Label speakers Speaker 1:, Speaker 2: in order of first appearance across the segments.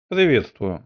Speaker 1: Приветствую.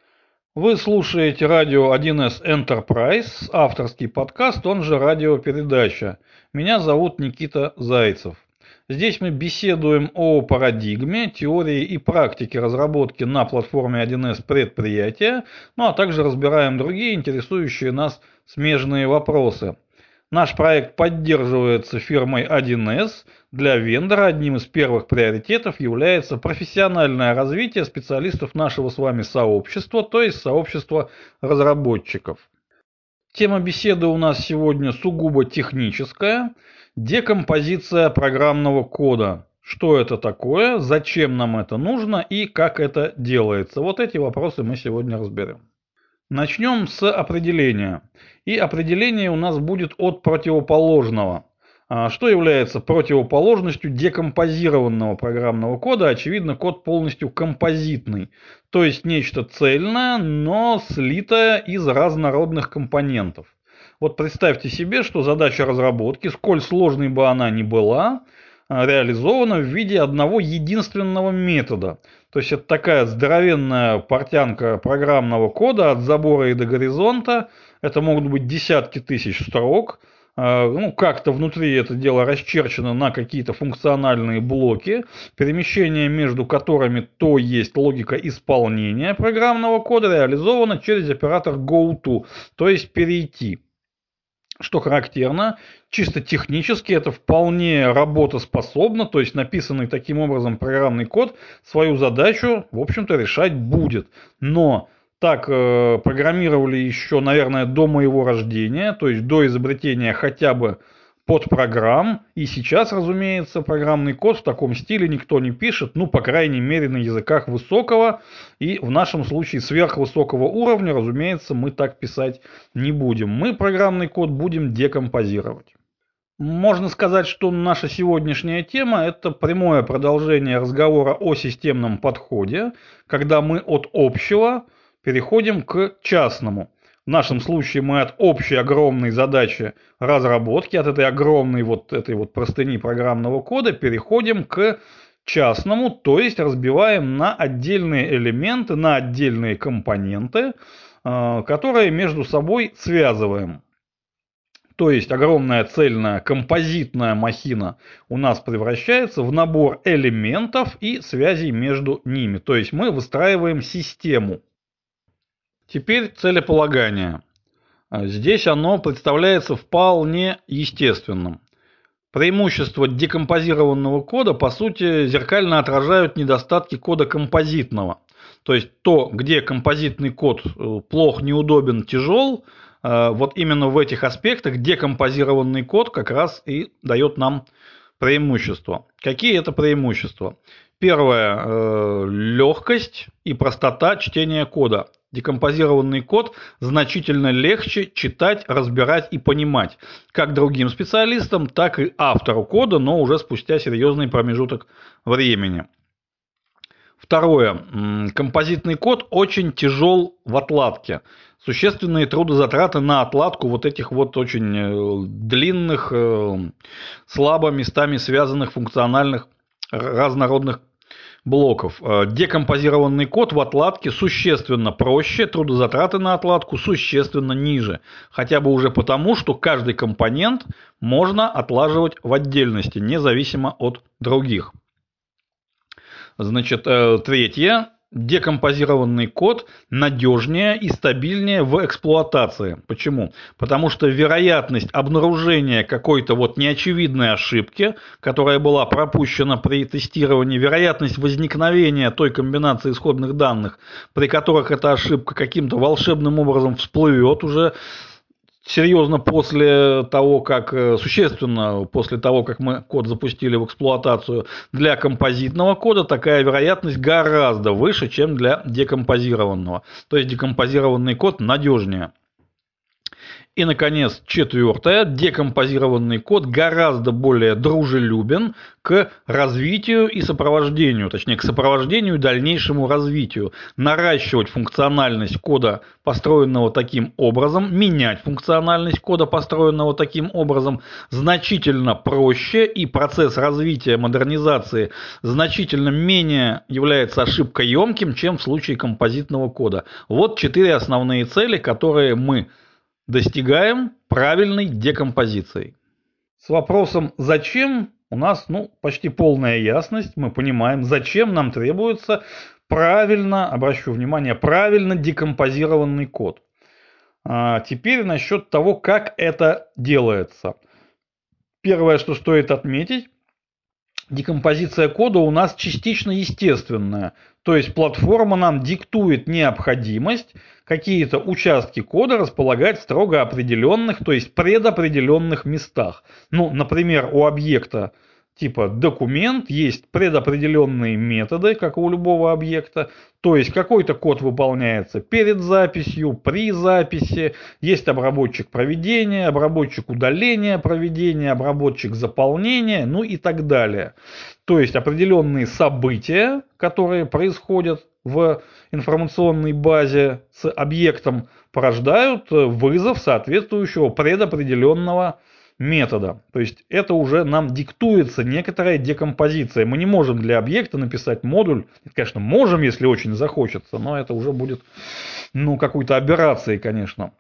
Speaker 1: Вы слушаете радио 1С Enterprise, авторский подкаст, он же радиопередача. Меня зовут Никита Зайцев. Здесь мы беседуем о парадигме, теории и практике разработки на платформе 1С предприятия, а также разбираем другие интересующие нас смежные вопросы. Наш проект поддерживается фирмой 1С. Для вендора одним из первых приоритетов является профессиональное развитие специалистов нашего с вами сообщества, то есть сообщества разработчиков. Тема беседы у нас сегодня сугубо техническая. Декомпозиция программного кода. Что это такое, зачем нам это нужно и как это делается. Вот эти вопросы мы сегодня разберем. Начнем с определения. И определение у нас будет от противоположного. Что является противоположностью декомпозированного программного кода? Очевидно, код полностью композитный. То есть нечто цельное, но слитое из разнородных компонентов. Вот представьте себе, что задача разработки, сколь сложной бы она ни была, реализована в виде одного единственного метода. То есть это такая здоровенная портянка программного кода от забора и до горизонта. Это могут быть десятки тысяч строк. Как-то внутри это дело расчерчено на какие-то функциональные блоки, перемещение между которыми то есть логика исполнения программного кода, реализовано через оператор goTo, то есть перейти. Что характерно, чисто технически это вполне работоспособно, то есть написанный таким образом программный код свою задачу, в общем-то, решать будет. Но так программировали еще, наверное, до моего рождения, то есть до изобретения хотя бы подпрограмм. И сейчас, разумеется, программный код в таком стиле никто не пишет, по крайней мере, на языках высокого и в нашем случае сверхвысокого уровня, разумеется, мы так писать не будем. Мы программный код будем декомпозировать. Можно сказать, что наша сегодняшняя тема – это прямое продолжение разговора о системном подходе, когда мы от общего переходим к частному. В нашем случае мы от общей огромной задачи разработки, от этой огромной этой простыни программного кода переходим к частному, то есть разбиваем на отдельные элементы, на отдельные компоненты, которые между собой связываем. То есть огромная цельная композитная махина у нас превращается в набор элементов и связей между ними. То есть мы выстраиваем систему. Теперь целеполагание. Здесь оно представляется вполне естественным. Преимущества декомпозированного кода, по сути, зеркально отражают недостатки кода композитного. То есть то, где композитный код плох, неудобен, тяжел, вот именно в этих аспектах декомпозированный код как раз и дает нам преимущества. Какие это преимущества? Первое – легкость и простота чтения кода. Декомпозированный код значительно легче читать, разбирать и понимать, как другим специалистам, так и автору кода, но уже спустя серьезный промежуток времени. Второе. Композитный код очень тяжел в отладке. Существенные трудозатраты на отладку вот этих очень длинных, слабо местами связанных функциональных разнородных блоков. Декомпозированный код в отладке существенно проще, трудозатраты на отладку существенно ниже. Хотя бы уже потому, что каждый компонент можно отлаживать в отдельности, независимо от других. Третье. Декомпозированный код надежнее и стабильнее в эксплуатации. Почему? Потому что вероятность обнаружения какой-то неочевидной ошибки, которая была пропущена при тестировании, вероятность возникновения той комбинации исходных данных, при которых эта ошибка каким-то волшебным образом всплывет уже серьезно существенно после того, как мы код запустили в эксплуатацию, для композитного кода такая вероятность гораздо выше, чем для декомпозированного. То есть декомпозированный код надежнее. И, наконец, четвертое. Декомпозированный код гораздо более дружелюбен к развитию и сопровождению, точнее, к сопровождению и дальнейшему развитию. Наращивать функциональность кода, построенного таким образом, менять функциональность кода, построенного таким образом, значительно проще, и процесс развития, модернизации значительно менее является ошибкоемким, чем в случае композитного кода. Вот 4 основные цели, которые мы достигаем правильной декомпозицией. С вопросом «зачем?» у нас почти полная ясность. Мы понимаем, зачем нам требуется правильно, обращу внимание, правильно декомпозированный код. Теперь насчет того, как это делается. Первое, что стоит отметить, декомпозиция кода у нас частично естественная. То есть платформа нам диктует необходимость какие-то участки кода располагать в строго определенных, то есть предопределенных местах. Например, у объекта типа документ есть предопределенные методы, как у любого объекта. То есть какой-то код выполняется перед записью, при записи. Есть обработчик проведения, обработчик удаления проведения, обработчик заполнения, и так далее. То есть определенные события, которые происходят в информационной базе с объектом, порождают вызов соответствующего предопределенного метода. То есть это уже нам диктуется некоторая декомпозиция. Мы не можем для объекта написать модуль. Конечно, можем, если очень захочется, но это уже будет какой-то аберрацией, конечно.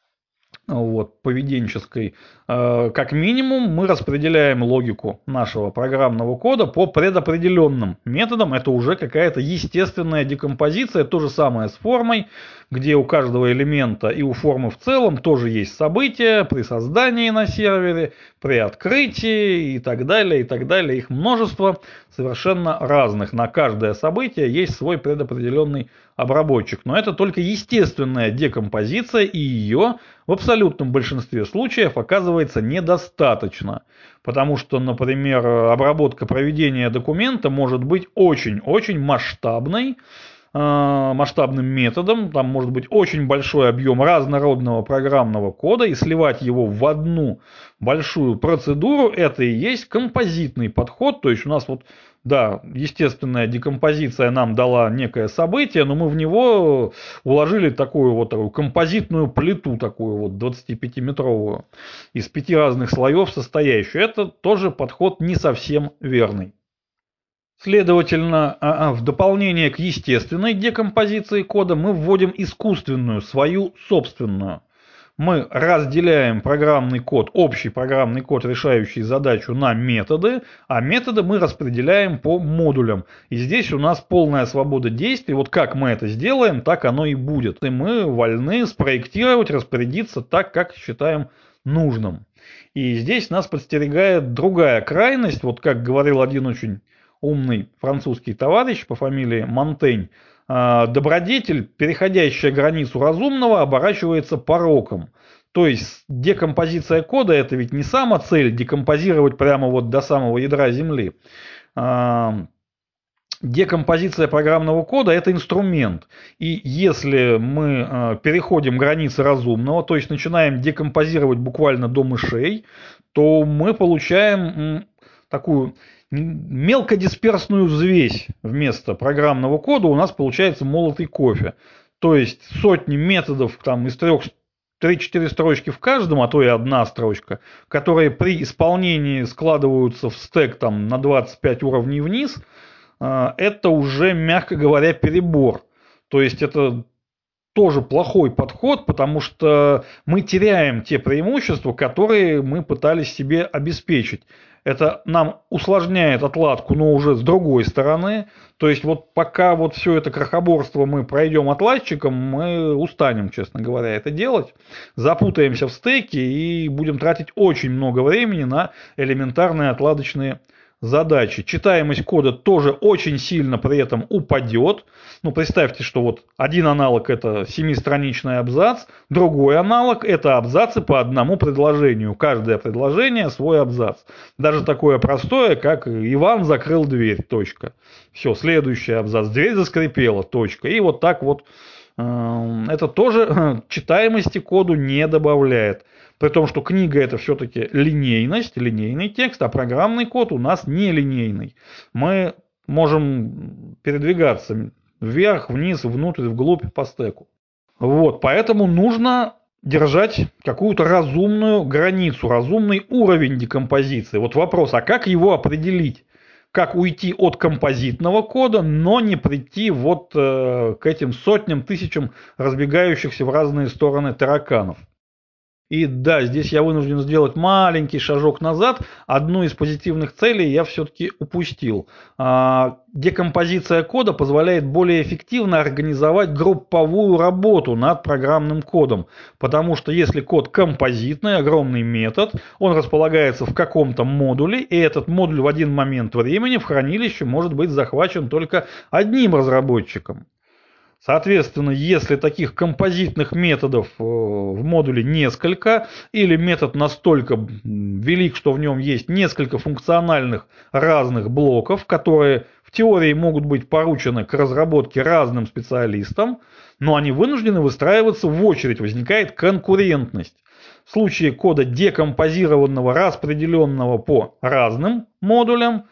Speaker 1: Поведенческой. Как минимум мы распределяем логику нашего программного кода по предопределенным методам. Это уже какая-то естественная декомпозиция. То же самое с формой, где у каждого элемента и у формы в целом тоже есть события при создании на сервере, при открытии и так далее, и так далее. Их множество совершенно разных. На каждое событие есть свой предопределенный обработчик. Но это только естественная декомпозиция, и ее в абсолютном большинстве случаев оказывается недостаточно. Потому что, например, обработка проведения документа может быть очень-очень масштабной, масштабным методом, там может быть очень большой объем разнородного программного кода, и сливать его в одну большую процедуру, это и есть композитный подход. То есть у нас естественная декомпозиция нам дала некое событие, но мы в него уложили такую композитную плиту, такую 25-метровую, из 5 разных слоев состоящую. Это тоже подход не совсем верный. Следовательно, в дополнение к естественной декомпозиции кода мы вводим искусственную, свою собственную. Мы разделяем программный код, общий программный код, решающий задачу, на методы, а методы мы распределяем по модулям. И здесь у нас полная свобода действий. Как мы это сделаем, так оно и будет. И мы вольны спроектировать, распорядиться так, как считаем нужным. И здесь нас подстерегает другая крайность. Как говорил один очень умный французский товарищ по фамилии Монтень, добродетель, переходящая границу разумного, оборачивается пороком. То есть декомпозиция кода — это ведь не сама цель декомпозировать прямо до самого ядра Земли. Декомпозиция программного кода — это инструмент. И если мы переходим границы разумного, то есть начинаем декомпозировать буквально до мышей, то мы получаем такую мелкодисперсную взвесь вместо программного кода. У нас получается молотый кофе. То есть сотни методов из 3-4 строчки в каждом, а то и одна строчка, которые при исполнении складываются в стек на 25 уровней вниз, это уже, мягко говоря, перебор. То есть это тоже плохой подход, потому что мы теряем те преимущества, которые мы пытались себе обеспечить. Это нам усложняет отладку, но уже с другой стороны. То есть пока все это крохоборство мы пройдем отладчиком, мы устанем, честно говоря, это делать. Запутаемся в стеке и будем тратить очень много времени на элементарные отладочные задачи. Читаемость кода тоже очень сильно при этом упадет. Представьте, что один аналог — это 7-страничный абзац, другой аналог — это абзацы по одному предложению. Каждое предложение — свой абзац. Даже такое простое, как «Иван закрыл дверь», точка. Все, следующий абзац. «Дверь заскрипела», точка. И это тоже читаемости коду не добавляет. При том, что книга это все-таки линейность, линейный текст, а программный код у нас не линейный. Мы можем передвигаться вверх, вниз, внутрь, вглубь по стеку. Вот, поэтому нужно держать какую-то разумную границу, разумный уровень декомпозиции. Вот вопрос, а как его определить? Как уйти от композитного кода, но не прийти вот к этим сотням, тысячам разбегающихся в разные стороны тараканов? И да, здесь я вынужден сделать маленький шажок назад. Одну из позитивных целей я все-таки упустил. Декомпозиция кода позволяет более эффективно организовать групповую работу над программным кодом. Потому что если код композитный, огромный метод, он располагается в каком-то модуле, и этот модуль в один момент времени в хранилище может быть захвачен только одним разработчиком. Соответственно, если таких композитных методов в модуле несколько, или метод настолько велик, что в нем есть несколько функциональных разных блоков, которые в теории могут быть поручены к разработке разным специалистам, но они вынуждены выстраиваться в очередь, возникает конкурентность. В случае кода декомпозированного, распределенного по разным модулям,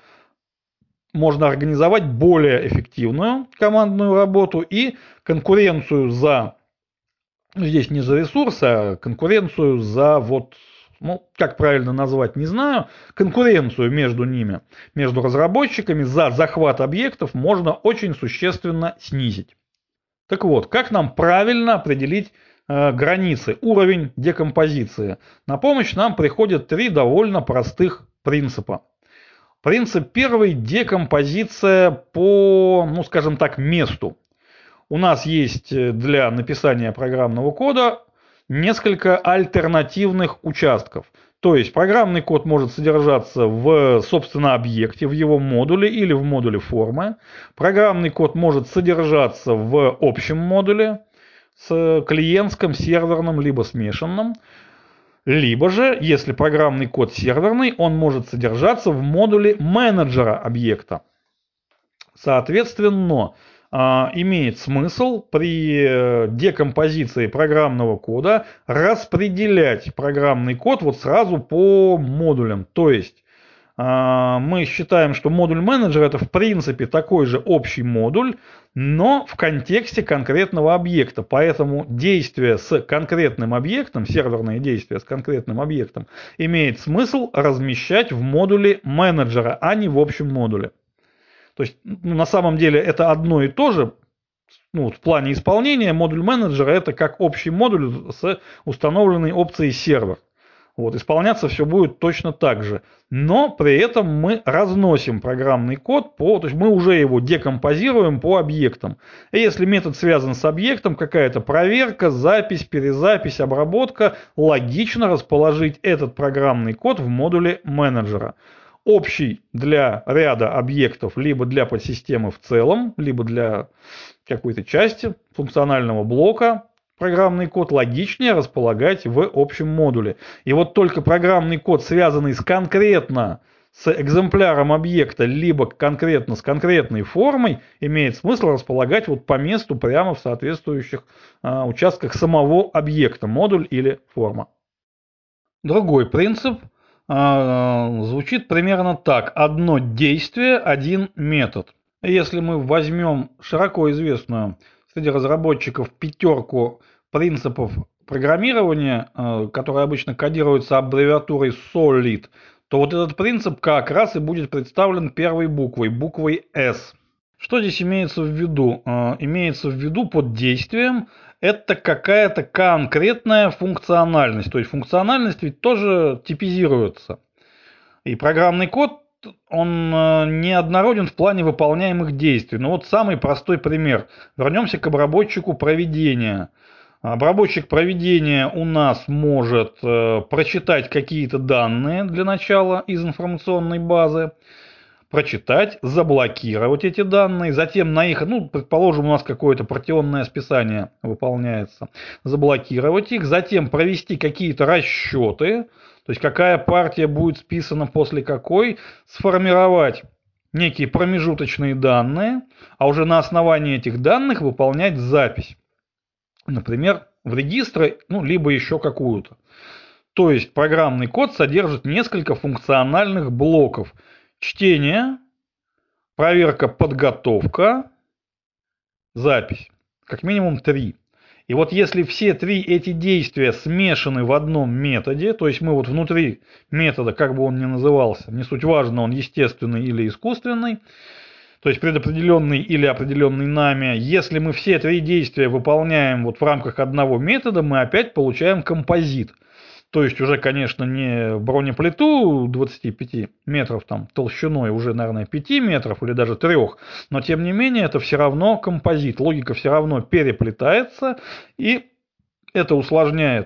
Speaker 1: можно организовать более эффективную командную работу и конкуренцию за, здесь не за ресурсы, а конкуренцию за вот, ну, как правильно назвать, не знаю, конкуренцию между ними, между разработчиками за захват объектов можно очень существенно снизить. Так вот, как нам правильно определить границы, уровень декомпозиции? На помощь нам приходят три довольно простых принципа. Принцип первый – декомпозиция по, ну скажем так, месту. У нас есть для написания программного кода несколько альтернативных участков. То есть программный код может содержаться в, собственно, объекте, в его модуле или в модуле формы. Программный код может содержаться в общем модуле с клиентским, серверным, либо смешанным. Либо же, если программный код серверный, он может содержаться в модуле менеджера объекта. Соответственно, имеет смысл при декомпозиции программного кода распределять программный код вот сразу по модулям. То есть мы считаем, что модуль менеджера это в принципе такой же общий модуль, но в контексте конкретного объекта. Поэтому действие с конкретным объектом, серверные действия с конкретным объектом, имеет смысл размещать в модуле менеджера, а не в общем модуле. То есть на самом деле это одно и то же. Ну, в плане исполнения модуль менеджера это как общий модуль с установленной опцией сервер. Вот, исполняться все будет точно так же. Но при этом мы разносим программный код, то есть мы уже его декомпозируем по объектам. И если метод связан с объектом, какая-то проверка, запись, перезапись, обработка, логично расположить этот программный код в модуле менеджера. Общий для ряда объектов, либо для подсистемы в целом, либо для какой-то части функционального блока. Программный код логичнее располагать в общем модуле. И вот только программный код, связанный конкретно с экземпляром объекта, либо конкретно с конкретной формой, имеет смысл располагать вот по месту прямо в соответствующих участках самого объекта, модуль или форма. Другой принцип звучит примерно так. Одно действие, один метод. Если мы возьмем широко известную среди разработчиков пятерку принципов программирования, которые обычно кодируются аббревиатурой SOLID, то вот этот принцип как раз и будет представлен первой буквой S. Что здесь имеется в виду? Имеется в виду под действием это какая-то конкретная функциональность. То есть функциональность ведь тоже типизируется. И программный код, он неоднороден в плане выполняемых действий. Но вот самый простой пример. Вернемся к обработчику проведения. Обработчик проведения у нас может прочитать какие-то данные для начала из информационной базы, прочитать, заблокировать эти данные, затем на их, ну, предположим, у нас какое-то партионное списание выполняется, заблокировать их, затем провести какие-то расчеты, то есть какая партия будет списана после какой, сформировать некие промежуточные данные, а уже на основании этих данных выполнять запись. Например, в регистры, ну, либо еще какую-то. То есть программный код содержит несколько функциональных блоков. Чтение, проверка, подготовка, запись. Как минимум 3. И вот если все 3 эти действия смешаны в одном методе, то есть мы вот внутри метода, как бы он ни назывался, не суть важно, он естественный или искусственный, то есть предопределенный или определенный нами, если мы все 3 действия выполняем вот в рамках одного метода, мы опять получаем композит. То есть уже, конечно, не бронеплиту 25 метров там толщиной, уже, наверное, 5 метров или даже 3, но тем не менее это все равно композит. Логика все равно переплетается, и это усложняет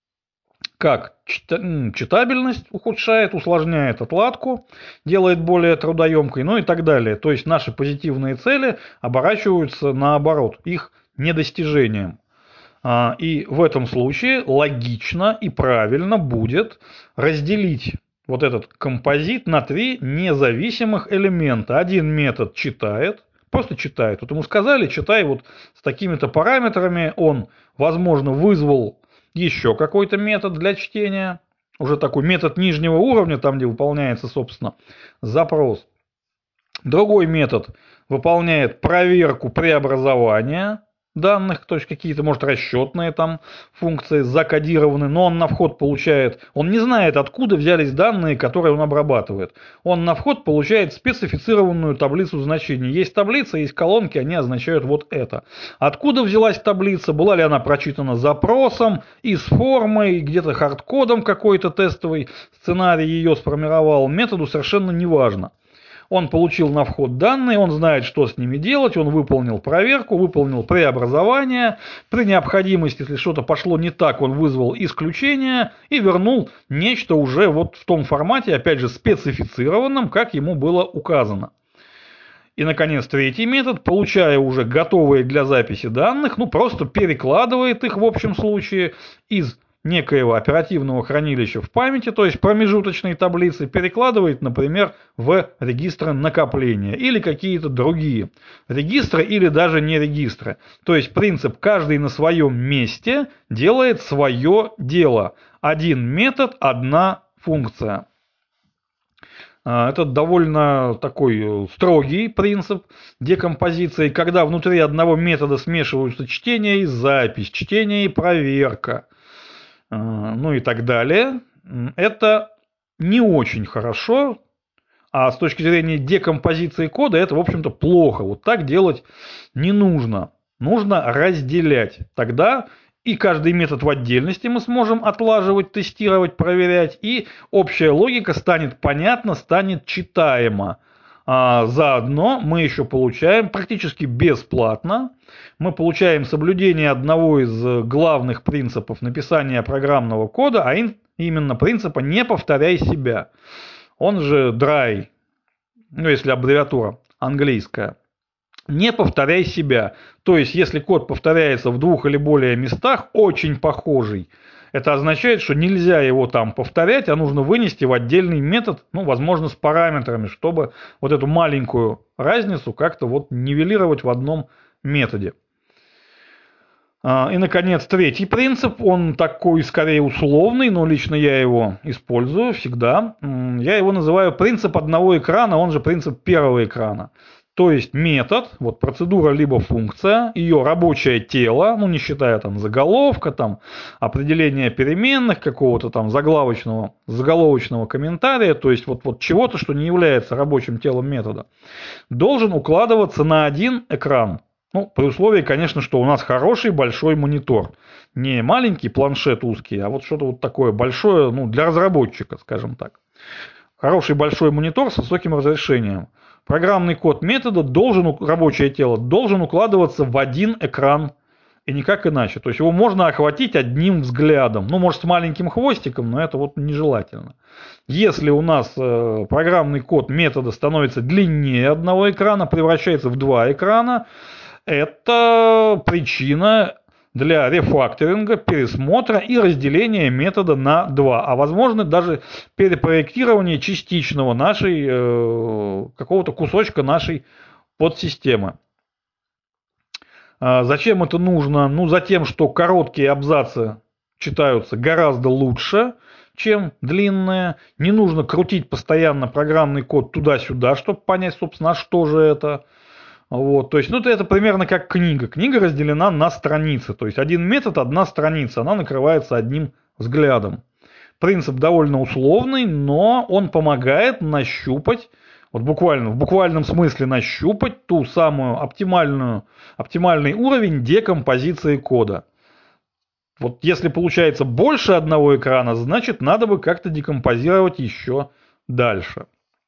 Speaker 1: как читабельность, ухудшает, усложняет отладку, делает более трудоемкой, ну и так далее. То есть наши позитивные цели оборачиваются наоборот, их недостижением. И в этом случае логично и правильно будет разделить вот этот композит на 3 независимых элемента. Один метод читает, просто читает. Вот ему сказали, читай вот с такими-то параметрами, он, возможно, вызвал еще какой-то метод для чтения, уже такой метод нижнего уровня, там, где выполняется, собственно, запрос. Другой метод выполняет проверку преобразования данных, то есть какие-то, может, расчетные там функции закодированы, но он на вход получает, он не знает, откуда взялись данные, которые он обрабатывает. Он на вход получает специфицированную таблицу значений. Есть таблица, есть колонки, они означают вот это. Откуда взялась таблица, была ли она прочитана запросом, из формы, где-то хардкодом какой-то тестовый сценарий ее сформировал, методу совершенно не важно. Он получил на вход данные, он знает, что с ними делать, он выполнил проверку, выполнил преобразование. При необходимости, если что-то пошло не так, он вызвал исключение и вернул нечто уже вот в том формате, опять же, специфицированном, как ему было указано. И, наконец, третий метод, получая уже готовые для записи данных, просто перекладывает их в общем случае из некоего оперативного хранилища в памяти, то есть промежуточной таблицы, перекладывает, например, в регистры накопления или какие-то другие регистры или даже не регистры. То есть принцип «каждый на своем месте делает свое дело». Один метод, одна функция. Это довольно такой строгий принцип декомпозиции, когда внутри одного метода смешиваются чтение и запись, чтение и проверка, ну и так далее. Это не очень хорошо, а с точки зрения декомпозиции кода это, в общем-то, плохо. Вот так делать не нужно. Нужно разделять. Тогда и каждый метод в отдельности мы сможем отлаживать, тестировать, проверять, и общая логика станет понятна, станет читаема. Заодно мы еще получаем практически бесплатно, мы получаем соблюдение одного из главных принципов написания программного кода, а именно принципа «не повторяй себя». Он же DRY, если аббревиатура английская. Не повторяй себя. То есть, если код повторяется в 2 или более местах, очень похожий, это означает, что нельзя его там повторять, а нужно вынести в отдельный метод, возможно, с параметрами, чтобы вот эту маленькую разницу как-то нивелировать в одном методе. И, наконец, третий принцип, он такой скорее условный, но лично я его использую всегда. Я его называю принцип одного экрана, он же принцип первого экрана. То есть метод, процедура либо функция, ее рабочее тело, не считая там заголовка, там определения переменных, какого-то там заголовочного комментария, то есть чего-то, что не является рабочим телом метода, должен укладываться на один экран. При условии, конечно, что у нас хороший большой монитор. Не маленький планшет узкий, а что-то такое большое, для разработчика, скажем так. Хороший большой монитор с высоким разрешением. Программный код метода рабочее тело должен укладываться в один экран и никак иначе. То есть его можно охватить одним взглядом. Может, с маленьким хвостиком, но это нежелательно. Если у нас программный код метода становится длиннее одного экрана, превращается в 2 экрана, это причина для рефакторинга, пересмотра и разделения метода на 2, а возможно даже перепроектирования частичного какого-то кусочка нашей подсистемы. Зачем это нужно? Затем, что короткие абзацы читаются гораздо лучше, чем длинные. Не нужно крутить постоянно программный код туда-сюда, чтобы понять, собственно, а что же это. Вот, то есть, это примерно как книга. Книга разделена на страницы. То есть, один метод, одна страница, она накрывается одним взглядом. Принцип довольно условный, но он помогает нащупать, вот буквально, в буквальном смысле нащупать ту самую оптимальный уровень декомпозиции кода. Вот если получается больше одного экрана, значит, надо бы как-то декомпозировать еще дальше.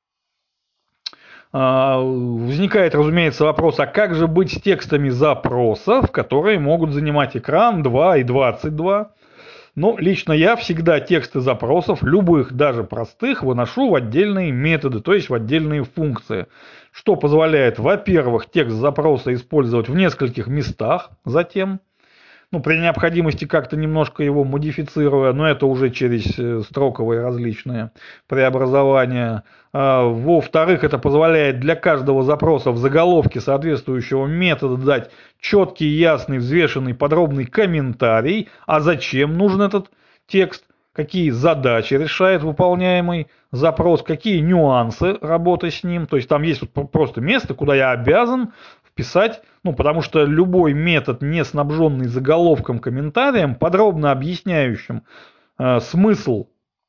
Speaker 1: Возникает, разумеется, вопрос, а как же быть с текстами запросов, которые могут занимать экран 2 и 22? Лично я всегда тексты запросов, любых, даже простых, выношу в отдельные методы, то есть в отдельные функции, что позволяет, во-первых, текст запроса использовать в нескольких местах затем, при необходимости как-то немножко его модифицируя, но это уже через строковые различные преобразования. Во-вторых, это позволяет для каждого запроса в заголовке соответствующего метода дать четкий, ясный, взвешенный, подробный комментарий, а зачем нужен этот текст, какие задачи решает выполняемый запрос, какие нюансы работы с ним. То есть там есть просто место, куда я обязан вписать, потому что любой метод, не снабженный заголовком, комментарием, подробно объясняющим смысл,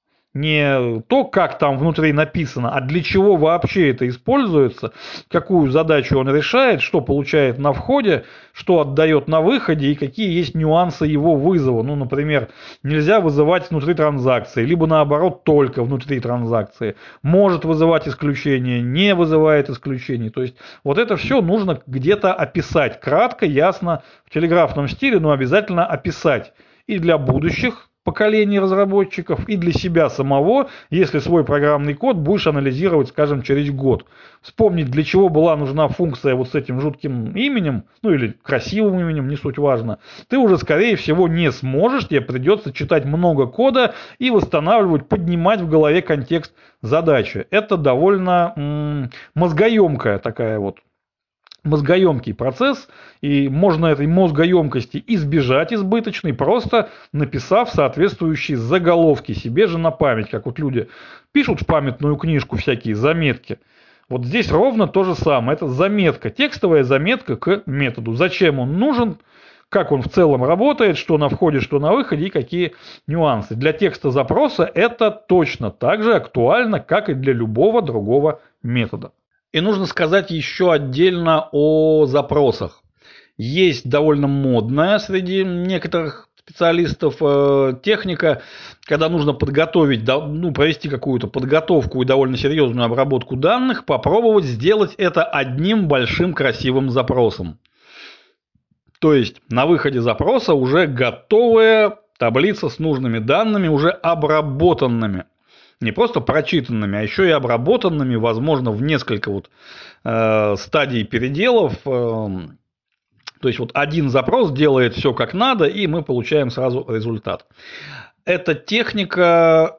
Speaker 1: не то, как там внутри написано, а для чего вообще это используется, какую задачу он решает, что получает на входе, что отдает на выходе и какие есть нюансы его вызова. Например, нельзя вызывать внутри транзакции, либо наоборот только внутри транзакции. Может вызывать исключения, не вызывает исключений. То есть вот это все нужно где-то описать, кратко, ясно, в телеграфном стиле, но обязательно описать и для будущих поколений разработчиков, и для себя самого, если свой программный код будешь анализировать, скажем, через год. Вспомнить, для чего была нужна функция вот с этим жутким именем, или красивым именем, не суть важно, ты уже, скорее всего, не сможешь, тебе придется читать много кода и восстанавливать, поднимать в голове контекст задачи. Это довольно мозгоемкая такая мозгоемкий процесс, и можно этой мозгоемкости избежать избыточной, просто написав соответствующие заголовки себе же на память, как люди пишут в памятную книжку всякие заметки. Вот здесь ровно то же самое, это заметка, текстовая заметка к методу, зачем он нужен, как он в целом работает, что на входе, что на выходе и какие нюансы. Для текста запроса это точно так же актуально, как и для любого другого метода. И нужно сказать еще отдельно о запросах. Есть довольно модная среди некоторых специалистов техника, когда нужно подготовить, провести какую-то подготовку и довольно серьезную обработку данных, попробовать сделать это одним большим красивым запросом. То есть на выходе запроса уже готовая таблица с нужными данными, уже обработанными. Не просто прочитанными, а еще и обработанными, возможно, в несколько стадий переделов. То есть один запрос делает все как надо, и мы получаем сразу результат. Эта техника,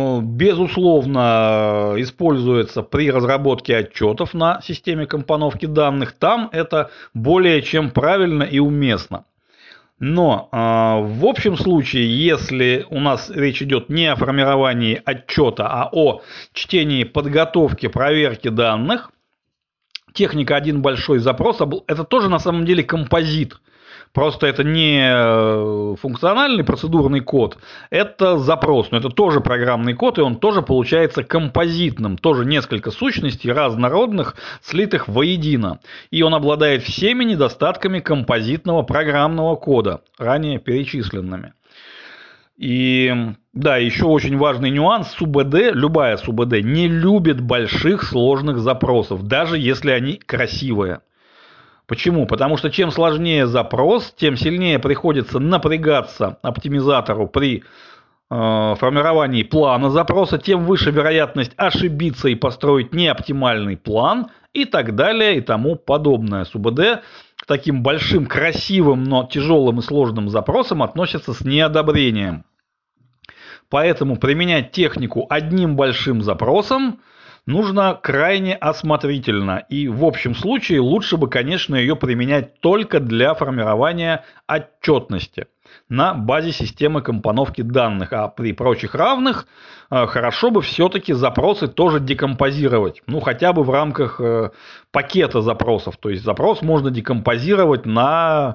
Speaker 1: безусловно, используется при разработке отчетов на системе компоновки данных. Там это более чем правильно и уместно. Но в общем случае, если у нас речь идет не о формировании отчета, а о чтении, подготовке, проверке данных, техника один большой запрос, это тоже на самом деле композит. Просто это не функциональный процедурный код, это запрос, но это тоже программный код, и он тоже получается композитным, тоже несколько сущностей разнородных, слитых воедино. И он обладает всеми недостатками композитного программного кода, ранее перечисленными. И да, еще очень важный нюанс, СУБД, любая СУБД не любит больших сложных запросов, даже если они красивые. Почему? Потому что чем сложнее запрос, тем сильнее приходится напрягаться оптимизатору при формировании плана запроса, тем выше вероятность ошибиться и построить неоптимальный план и так далее и тому подобное. СУБД к таким большим, красивым, но тяжелым и сложным запросам относятся с неодобрением. Поэтому применять технику одним большим запросом нужно крайне осмотрительно. И в общем случае лучше бы, конечно, ее применять только для формирования отчетности на базе системы компоновки данных. А при прочих равных хорошо бы все-таки запросы тоже декомпозировать. Ну, хотя бы в рамках пакета запросов. То есть запрос можно декомпозировать на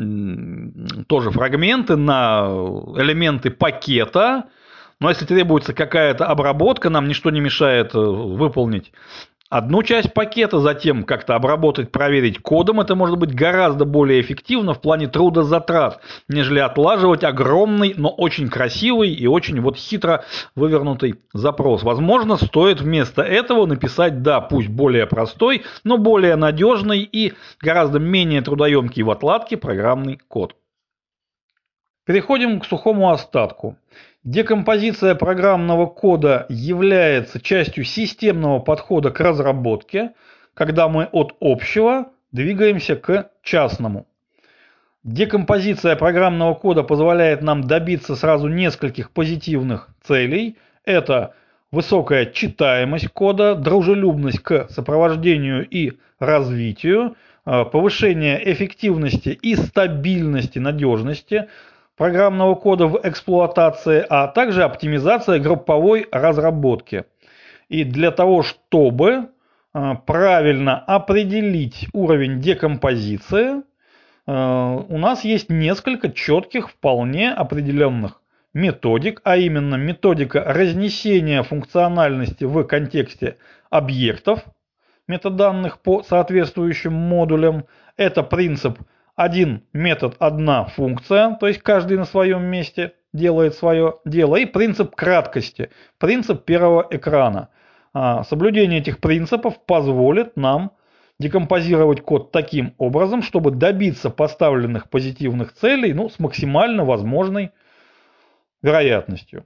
Speaker 1: тоже фрагменты, на элементы пакета. Но если требуется какая-то обработка, нам ничто не мешает выполнить одну часть пакета, затем как-то обработать, проверить кодом. Это может быть гораздо более эффективно в плане трудозатрат, нежели отлаживать огромный, но очень красивый и очень вот хитро вывернутый запрос. Возможно, стоит вместо этого написать, да, пусть более простой, но более надежный и гораздо менее трудоемкий в отладке программный код. Переходим к сухому остатку. Декомпозиция программного кода является частью системного подхода к разработке, когда мы от общего двигаемся к частному. Декомпозиция программного кода позволяет нам добиться сразу нескольких позитивных целей. Это высокая читаемость кода, дружелюбность к сопровождению и развитию, повышение эффективности и стабильности, надежности программного кода в эксплуатации, а также оптимизация групповой разработки. И для того, чтобы правильно определить уровень декомпозиции, у нас есть несколько четких, вполне определенных методик, а именно методика разнесения функциональности в контексте объектов метаданных по соответствующим модулям. Это принцип один метод, одна функция, то есть каждый на своем месте делает свое дело, и принцип краткости, принцип первого экрана. Соблюдение этих принципов позволит нам декомпозировать код таким образом, чтобы добиться поставленных позитивных целей с максимально возможной вероятностью.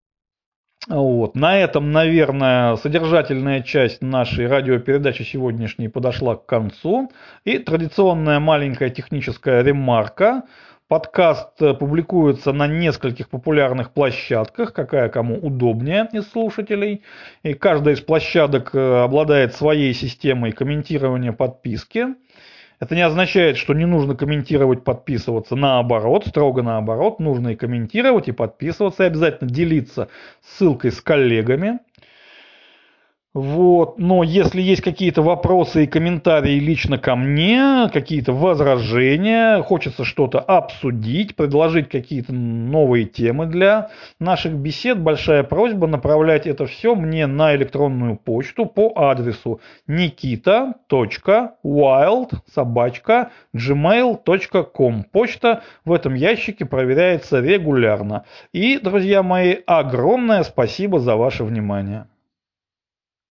Speaker 1: Вот. На этом, наверное, содержательная часть нашей радиопередачи сегодняшней подошла к концу. И традиционная маленькая техническая ремарка. Подкаст публикуется на нескольких популярных площадках, какая кому удобнее из слушателей. И каждая из площадок обладает своей системой комментирования подписки. Это не означает, что не нужно комментировать, подписываться. Наоборот, строго наоборот, нужно и комментировать, и подписываться, и обязательно делиться ссылкой с коллегами. Вот. Но если есть какие-то вопросы и комментарии лично ко мне, какие-то возражения, хочется что-то обсудить, предложить какие-то новые темы для наших бесед, большая просьба направлять это все мне на электронную почту по адресу nikita.wild@gmail.com. Почта в этом ящике проверяется регулярно. И, друзья мои, огромное спасибо за ваше внимание.